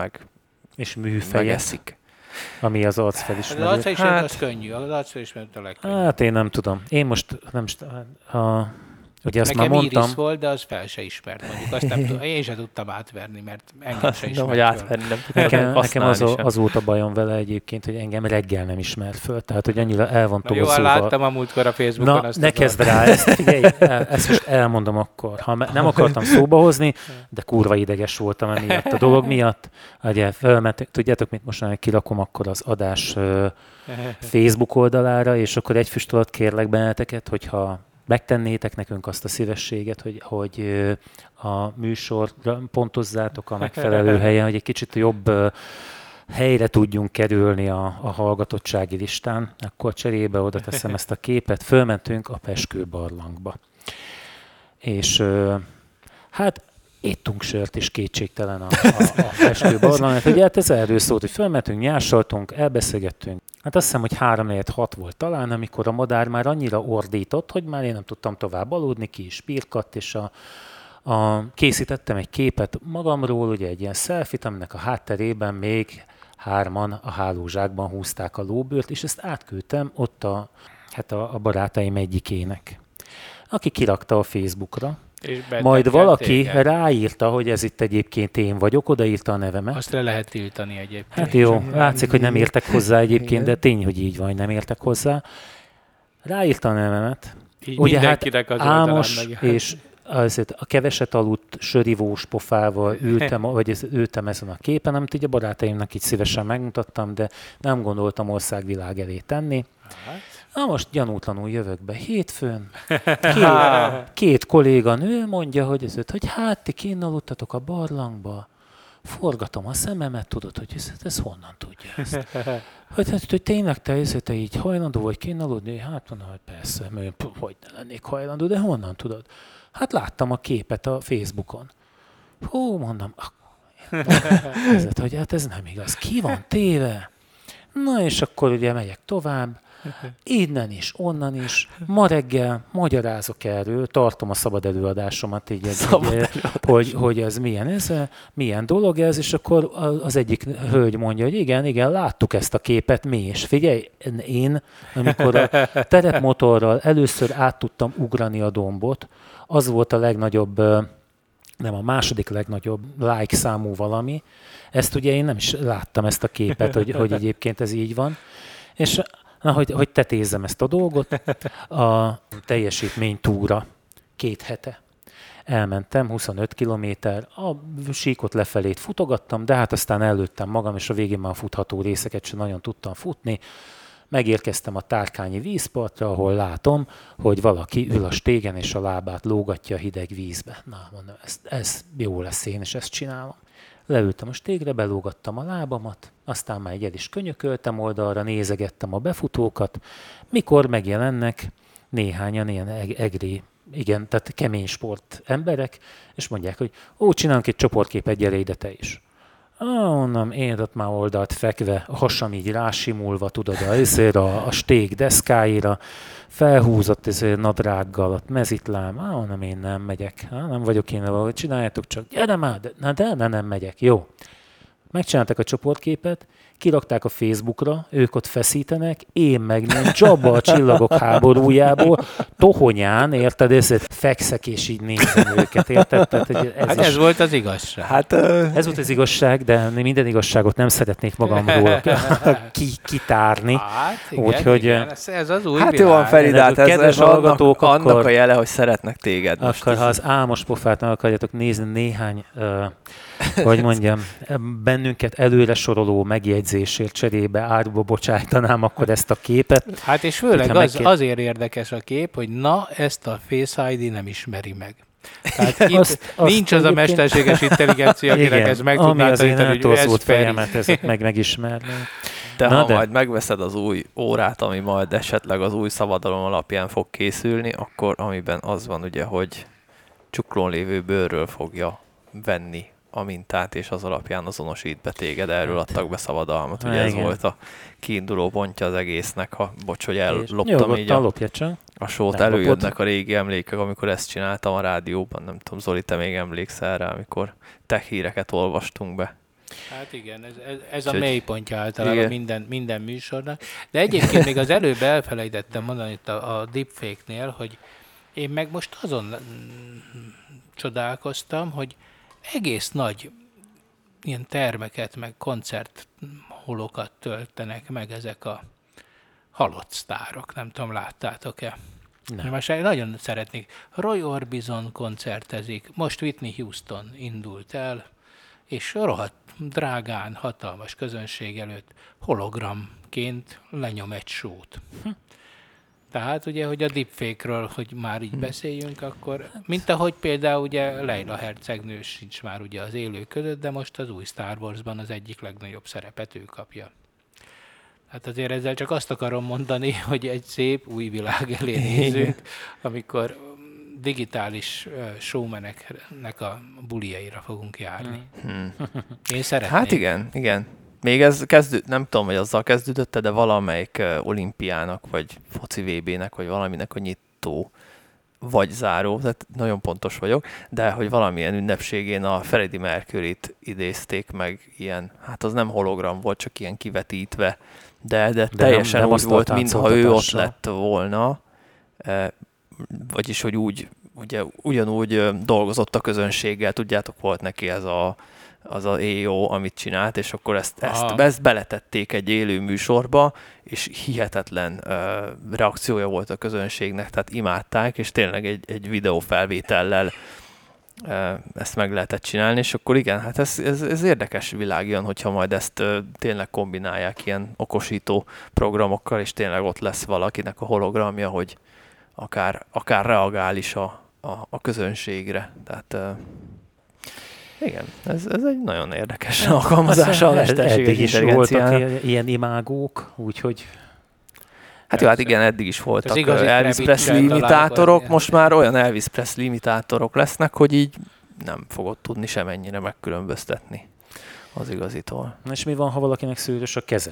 S3: megeszik.
S1: Ami az arcfelismerő.
S2: Az arcfelismerő az könnyű, az arcfelismerő a legkönnyű.
S1: Hát én nem tudom. Én most ugye azt
S2: nekem
S1: már mondtam.
S2: Iris volt, de az fel se ismert mondjuk. Azt nem tudom, én sem tudtam átverni, mert engem se ismert
S3: hogy átverni nem
S1: nekem az volt a bajom vele egyébként, hogy engem reggel nem ismert föl. Tehát, hogy annyira el van toborzóval.
S2: Jó, láttam a múltkor a Facebookon.
S1: Na, ne kezd rá ezt. Figyelj, ezt most elmondom akkor. Nem akartam szóba hozni, de kurva ideges voltam emiatt a dolog miatt. Ugye, tudjátok, mit most kirakom akkor az adás Facebook oldalára, és akkor egy füst alatt kérlek benneteket, hogyha megtennétek nekünk azt a szívességet, hogy a műsor pontozzátok a megfelelő helyen, hogy egy kicsit jobb helyre tudjunk kerülni a hallgatottsági listán, akkor cserébe oda teszem ezt a képet, fölmentünk a Peskő barlangba. És hát ittunk sört is kétségtelen a Peskő barlang. Ugye hát ez erről szólt, hogy fölmentünk, nyársaltunk, elbeszélgettünk. Hát azt hiszem, hogy 3-4-6 volt talán, amikor a madár már annyira ordított, hogy már én nem tudtam tovább aludni, ki is pirkadt, és készítettem egy képet magamról, ugye egy ilyen selfie-t, aminek a hátterében még 3-an a hálózsákban húzták a lóbőrt, és ezt átküldtem ott a barátaim egyikének, aki kirakta a Facebookra. Majd valaki ráírta, hogy ez itt egyébként én vagyok, odaírta a nevemet.
S2: Azt le lehet tiltani egyébként.
S1: Hát jó, látszik, hogy nem értek hozzá egyébként, de tény, hogy így van, nem értek hozzá. Ráírta a nevemet.
S2: Így
S1: ugye hát
S2: Ámos
S1: és azért a keveset aludt sörivós pofával ültem ezen a képen, amit így a barátaimnak így szívesen megmutattam, de nem gondoltam országvilág elé tenni. Na most gyanútlanul jövök be hétfőn. Két kolléganő mondja, hogy hát ti kinn aludtatok a barlangba. Forgatom a szememet, tudod, hogy ez honnan tudja ezt. Hogy tényleg te így hajlandó vagy kinn aludni? Hát mondom, hogy persze, hogy ne lennék hajlandó, de honnan tudod? Hát láttam a képet a Facebookon. Hú, mondom, hogy hát ez nem igaz. Ki van téve? Na és akkor ugye megyek tovább. Innen is, onnan is. Ma reggel magyarázok erről, tartom a szabad előadásomat, hogy ez milyen dolog ez, és akkor az egyik hölgy mondja, hogy igen, láttuk ezt a képet mi is. Figyelj, én, amikor a terepmotorral először át tudtam ugrani a dombot, az volt a legnagyobb, nem a második legnagyobb like számú valami. Ezt ugye én nem is láttam ezt a képet, hogy egyébként ez így van. És hogy tetézzem ezt a dolgot, a teljesítménytúra 2 hete. Elmentem 25 kilométer, a síkot lefelét futogattam, de hát aztán előttem magam, és a végén már a futható részeket sem nagyon tudtam futni. Megérkeztem a Tárkányi vízpartra, ahol látom, hogy valaki ül a stégen, és a lábát lógatja a hideg vízbe. Na, mondom, ez jó lesz, én is ezt csinálom. Leültem a stégre, belógattam a lábamat, aztán már el is könyököltem oldalra, nézegettem a befutókat, mikor megjelennek néhányan ilyen igen, tehát kemény sport emberek, és mondják, hogy csinálunk egy csoportképet, gyere ide te is. Onnan én ott már oldalt fekve, a hasam így rásimulva, tudod, a stég deszkáira, felhúzott nadrággal, ott mezitlám, onnan én nem megyek, nem vagyok én, valahogy csináljátok csak, gyere már, de nem megyek, jó. Megcsinálták a csoportképet, kirakták a Facebookra, ők ott feszítenek, én meg nem Csaba a Csillagok háborújából, tohonyán, érted, ezért fekszek és így nézem őket, érted? Tehát,
S2: ez volt az igazság.
S1: Ez volt az igazság, de minden igazságot nem szeretnék magamról kitárni.
S2: Hát igen,
S1: úgyhogy,
S2: ez az új
S3: hát
S2: világ.
S3: Jó van, Feridát, ez
S1: hallgatók,
S3: annak a jele, hogy szeretnek téged.
S1: Akkor ha az álmos pofát meg akarjátok nézni, néhány, hogy mondjam, bennünket előre soroló megjegyzésért cserébe árba bocsájtanám akkor ezt a képet.
S2: Hát és főleg azért érdekes a kép, hogy ezt a Face ID nem ismeri meg. Tehát itt nincs az a mesterséges intelligencia, akinek ez meg tudná tanítani, hogy ez
S1: fejemet, ezek megismerni.
S3: De ha majd megveszed az új órát, ami majd esetleg az új szabadalom alapján fog készülni, akkor amiben az van ugye, hogy csuklón lévő bőrről fogja venni a mintát, és az alapján azonosít be téged, erről adtak be szabadalmat. Ugye ez volt a kiinduló pontja az egésznek, hogy elloptam így a sót, előjönnek a régi emlékek, amikor ezt csináltam a rádióban, nem tudom, Zoli, te még emlékszel rá, amikor tech híreket olvastunk be.
S2: Hát igen, ez a mélypontja általában minden műsornak. De egyébként még az előbb elfelejtettem mondani itt a deepfake-nél, hogy én meg most azon csodálkoztam, hogy egész nagy ilyen termeket, meg koncertholokat töltenek meg ezek a halott sztárok. Nem tudom, láttátok-e? Nem. Most nagyon szeretnék. Roy Orbison koncertezik, most Whitney Houston indult el, és rohadt drágán, hatalmas közönség előtt hologramként lenyom egy sót. Tehát ugye, hogy a deepfake-ről, hogy már így beszéljünk, akkor, mint ahogy például ugye Leila hercegnő sincs már ugye az élők között, de most az új Star Warsban az egyik legnagyobb szerepet ő kapja. Hát azért ezzel csak azt akarom mondani, hogy egy szép új világ elé nézünk, amikor digitális showmaneknek a buliaira fogunk járni. Én szeretném.
S3: Hát igen. Még ez nem tudom, hogy azzal kezdődött, de valamelyik olimpiának, vagy foci VB-nek, vagy valaminek a nyitó vagy záró, tehát nagyon pontos vagyok, de hogy valamilyen ünnepségén a Freddie Mercuryt idézték meg ilyen, hát az nem hologram volt, csak ilyen kivetítve, de teljesen nem úgy volt, mintha ő ott lett volna, vagyis, hogy úgy, ugye, ugyanúgy dolgozott a közönséggel, tudjátok, volt neki ez az a EO, amit csinált, és akkor ezt beletették egy élő műsorba, és hihetetlen reakciója volt a közönségnek, tehát imádták, és tényleg egy videófelvétellel ezt meg lehetett csinálni, és akkor igen, hát ez érdekes világ jön, hogyha majd ezt tényleg kombinálják ilyen okosító programokkal, és tényleg ott lesz valakinek a hologramja, hogy akár reagál is a közönségre. Tehát igen, ez egy nagyon érdekes alkalmazása a mesterséges intelligenciának.
S1: Eddig is voltak ilyen imágók, úgyhogy...
S3: Hát jó, hát igen, eddig is voltak Elvis Presley imitátorok, most már olyan Elvis Presley imitátorok lesznek, hogy így nem fogod tudni semennyire megkülönböztetni az igazitól.
S1: És mi van, ha valakinek szőrös a keze?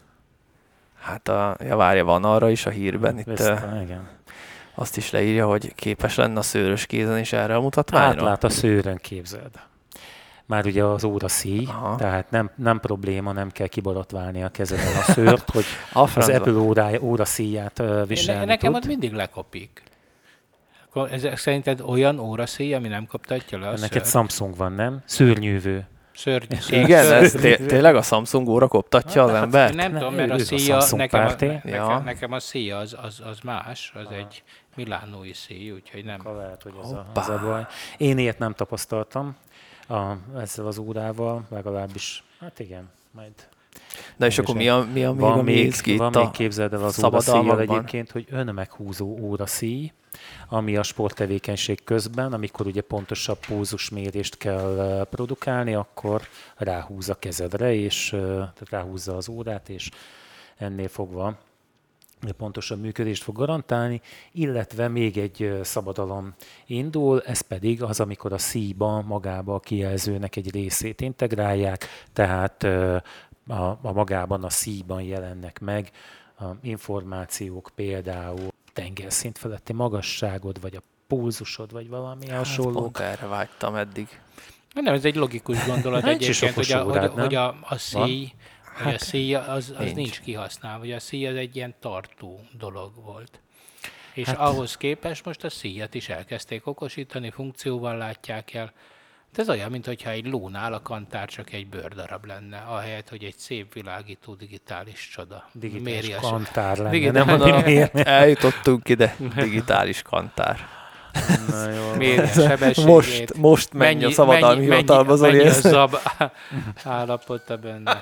S3: Hát várja, van arra is a hírben. Itt
S1: igen.
S3: azt is leírja, hogy képes lenne a szőrös kézen is erre a mutatványra.
S1: Átlát a szőrön, képzeld. Már ugye az óraszíj, tehát nem probléma, nem kell kiborotválni a kezeden a szőrt, hogy az Apple óraszíját viselni
S2: nekem
S1: tud.
S2: ott mindig lekopik. Ezek szerinted olyan óraszíj, ami nem koptatja le a
S1: Neked
S2: szőrt?
S1: Samsung van, nem? Szőrnyűvő.
S3: Igen, ez tényleg a Samsung óra koptatja az embert?
S2: Nem tudom, mert a szíja, nekem a szíja az más, az egy milánói szíj, úgyhogy nem.
S1: Lehet, hogy az a baj. Én ilyet nem tapasztaltam ezzel az órával, legalábbis, hát igen, majd...
S3: De és akkor mi a még izgi
S1: van még képzeld el az óraszíjjal egyébként, hogy önmeghúzó óraszíj, ami a sporttevékenység közben, amikor ugye pontosabb pulzusmérést kell produkálni, akkor ráhúz a kezedre, és tehát ráhúzza az órát, és ennél fogva pontosabb működést fog garantálni, illetve még egy szabadalom indul, ez pedig az, amikor a szíjba magába a kijelzőnek egy részét integrálják, tehát a magában a szíjban jelennek meg a információk, például tengerszint feletti magasságod, vagy a pulzusod, vagy valami hasonló.
S3: Pont erre vágytam eddig.
S2: Nem, ez egy logikus gondolat egyébként, hogy a szíj, a szíj az nincs kihasználva, vagy a szíj az egy ilyen tartó dolog volt. És ahhoz képest most a szíjat is elkezdték okosítani, funkcióval látják el. De ez olyan, mintha egy lónál a kantár csak egy bőrdarab lenne, ahelyett, hogy egy szép világító digitális csoda.
S1: Digitális kantár lenne.
S3: Eljutottunk ide, digitális kantár.
S2: Na jó. Méri a sebességét.
S3: Most menj a szabadalmi hivatalba, Zoli.
S2: Mennyi a zab állapota benne.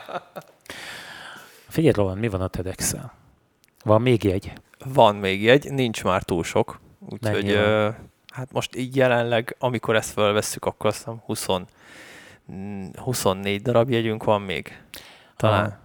S1: Figyelj, Roland, mi van a TEDx-el? Van még jegy?
S3: Van még jegy, nincs már túl sok. Úgyhogy hát most így jelenleg, amikor ezt felvesszük, akkor azt hiszem 24 darab jegyünk van még. Talán.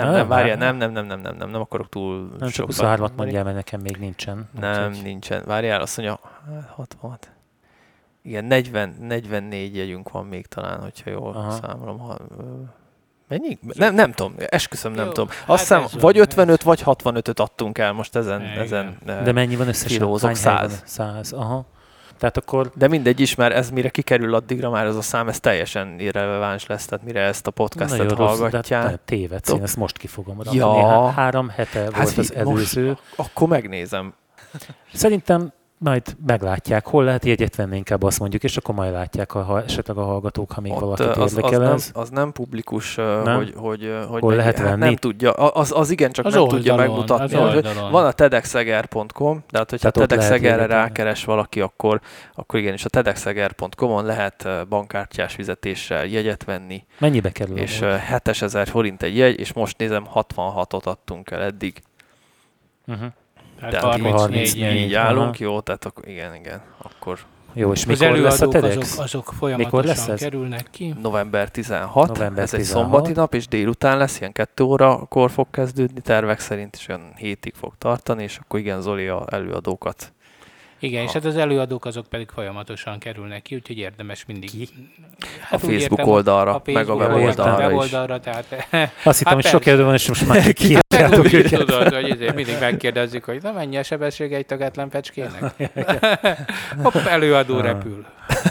S3: Nem akarok túl
S1: nem csak 23-at mondjál, mert nekem még nincsen.
S3: Nem, nincsen. Várjál, azt mondja, 66. Igen, 44 jegyünk van még talán, hogyha jól számolom. Mennyi? Nem tudom, esküszöm, nem tudom. Azt hiszem, vagy 55, vagy 65-öt adtunk el most ezen.
S1: De mennyi van összesen?
S3: 100.
S1: 100, aha. Tehát akkor...
S3: De mindegy is, mert ez mire kikerül addigra már ez a szám, ez teljesen irreleváns lesz, tehát mire ezt a podcastet hallgatják.
S1: De tévedsz, én ezt most ki fogom rakni. Ja. 3 hete volt az előző.
S3: Most, akkor megnézem.
S1: Szerintem majd meglátják, hol lehet jegyet venni, inkább azt mondjuk, és akkor majd látják esetleg a hallgatók, ha még valakit érdekel ez.
S3: Az nem publikus, hogy
S1: hol lehet venni?
S3: Nem tudja. Az igen, csak az nem tudja megmutatni. Van a tedxeger.com, de hát, hogyha TEDxEgerre rákeres valaki, akkor igen, és a tedxeger.com-on lehet bankkártyás fizetéssel jegyet venni.
S1: Mennyibe kerül?
S3: És 7000 forint egy jegy, és most nézem, 66-ot adtunk el eddig.
S2: Hát
S3: Tehát
S2: 34
S3: így állunk, jó, tehát akkor igen, akkor
S1: Jó, és
S2: Az
S1: mikor lesz a
S2: előadók
S1: TEDx?
S2: azok
S1: Mikor lesz
S2: folyamatosan
S1: ez?
S2: kerülnek ki.
S3: november 16,
S1: November
S3: ez egy
S1: 16.
S3: szombati nap, és délután lesz, ilyen 2 órakor fog kezdődni, tervek szerint is olyan 7-ig fog tartani, és akkor igen, Zoli a előadókat.
S2: Igen, és hát az előadók azok pedig folyamatosan kerülnek ki, úgyhogy érdemes mindig.
S3: A Facebook oldalra, meg a weboldalra
S2: tehát...
S1: Azt hittem, hogy sok elő van, és most már kiírjátok
S2: Úgy
S1: őket.
S2: tudod, hogy mindig megkérdezzük, hogy na mennyi a sebessége egy tögetlen fecskének? Hopp, előadó repül.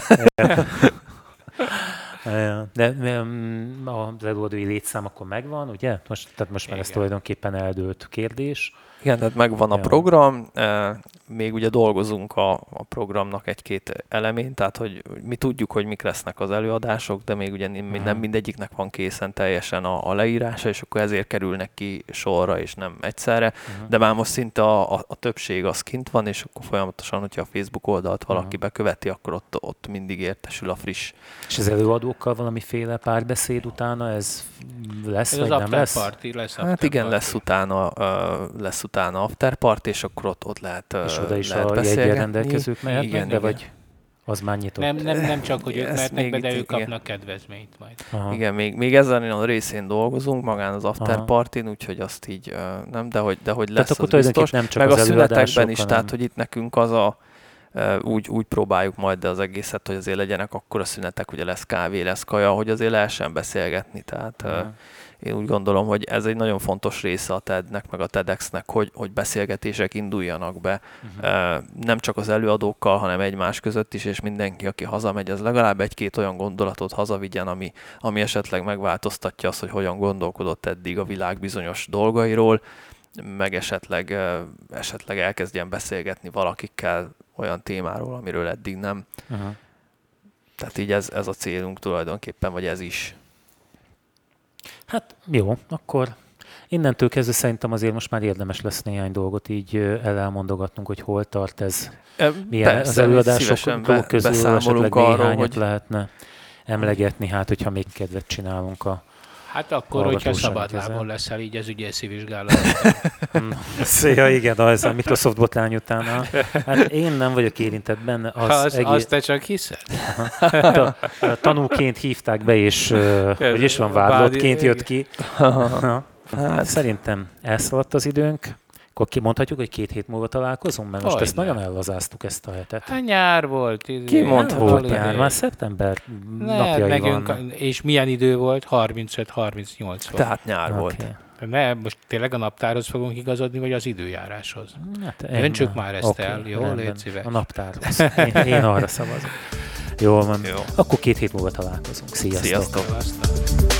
S1: De az előadói létszám akkor megvan, ugye? Tehát most már ez tulajdonképpen eldőlt kérdés.
S3: Igen, tehát megvan a program, még ugye dolgozunk a programnak egy-két elemén, tehát hogy mi tudjuk, hogy mik lesznek az előadások, de még ugye nem mindegyiknek van készen teljesen a leírása, és akkor ezért kerülnek ki sorra, és nem egyszerre, de már most szinte a többség az kint van, és akkor folyamatosan, hogyha a Facebook oldalt valaki beköveti, akkor ott mindig értesül a friss.
S1: És az előadókkal valamiféle párbeszéd utána ez lesz,
S2: Ez
S1: vagy
S2: az
S1: nem lesz?
S2: afterparty lesz.
S3: Hát igen, lesz utána afterparty, és akkor ott lehet
S1: és oda is
S3: lehet
S1: a
S3: beszélgetni.
S1: jegyen rendelkezők mehetnek,
S3: Igen,
S1: de
S3: igen.
S1: vagy az már nyitott?
S2: Nem csak, hogy ők
S3: Ezt
S2: mehetnek be,
S3: még
S2: de
S3: itt,
S2: ők kapnak kedvezményt majd.
S1: Aha.
S3: Igen, még ezen a részén dolgozunk, magán az afterpartyn, úgyhogy azt így nem, de hogy lesz,
S1: akkor
S3: az biztos.
S1: nem csak
S3: meg
S1: az
S3: a szünetekben
S1: előadások,
S3: is,
S1: hanem...
S3: tehát hogy itt nekünk az úgy próbáljuk majd az egészet, hogy azért legyenek akkor a szünetek, ugye lesz kávé, lesz kaja, hogy azért lehessen beszélgetni, tehát én úgy gondolom, hogy ez egy nagyon fontos része a TED-nek, meg a TEDx-nek, hogy beszélgetések induljanak be, nem csak az előadókkal, hanem egymás között is, és mindenki, aki hazamegy, az legalább egy-két olyan gondolatot hazavigyen, ami esetleg megváltoztatja azt, hogy hogyan gondolkodott eddig a világ bizonyos dolgairól, meg esetleg elkezdjen beszélgetni valakikkel olyan témáról, amiről eddig nem. Tehát így ez a célunk tulajdonképpen, vagy ez is.
S1: Hát jó, akkor innentől kezdve szerintem azért most már érdemes lesz néhány dolgot így elmondogatnunk, hogy hol tart ez. Milyen
S3: Persze,
S1: az előadások közül esetleg néhányat lehetne emlegetni, hát hogyha még kedvet csinálunk a
S2: Hát akkor, hogyha szabadlábon leszel így az ügyészi vizsgálat.
S1: Ja, igen, az a Microsoft botrány után. Hát én nem vagyok érintett benne.
S2: Azt te csak hiszed?
S1: Tanúként hívták be, és hogy is van, vádlottként jött ki. Hát szerintem elszaladt az időnk. Akkor kimondhatjuk, hogy 2 hét múlva találkozunk, mert most ezt nagyon ellazáztuk ezt a hetet.
S2: Hát nyár volt.
S1: Ki mondta, volt nyár? Már szeptember napjai van.
S2: És milyen idő volt? 35-38 volt.
S3: Tehát nyár volt.
S2: Ne, most tényleg a naptárhoz fogunk igazodni, vagy az időjáráshoz?
S1: Hát
S2: Döntsük már ezt el, jó? Légy szíves.
S1: A naptárhoz. Én arra szavazok. Jól van. Jó. Akkor 2 hét múlva találkozunk. Sziasztok!
S3: Sziasztok.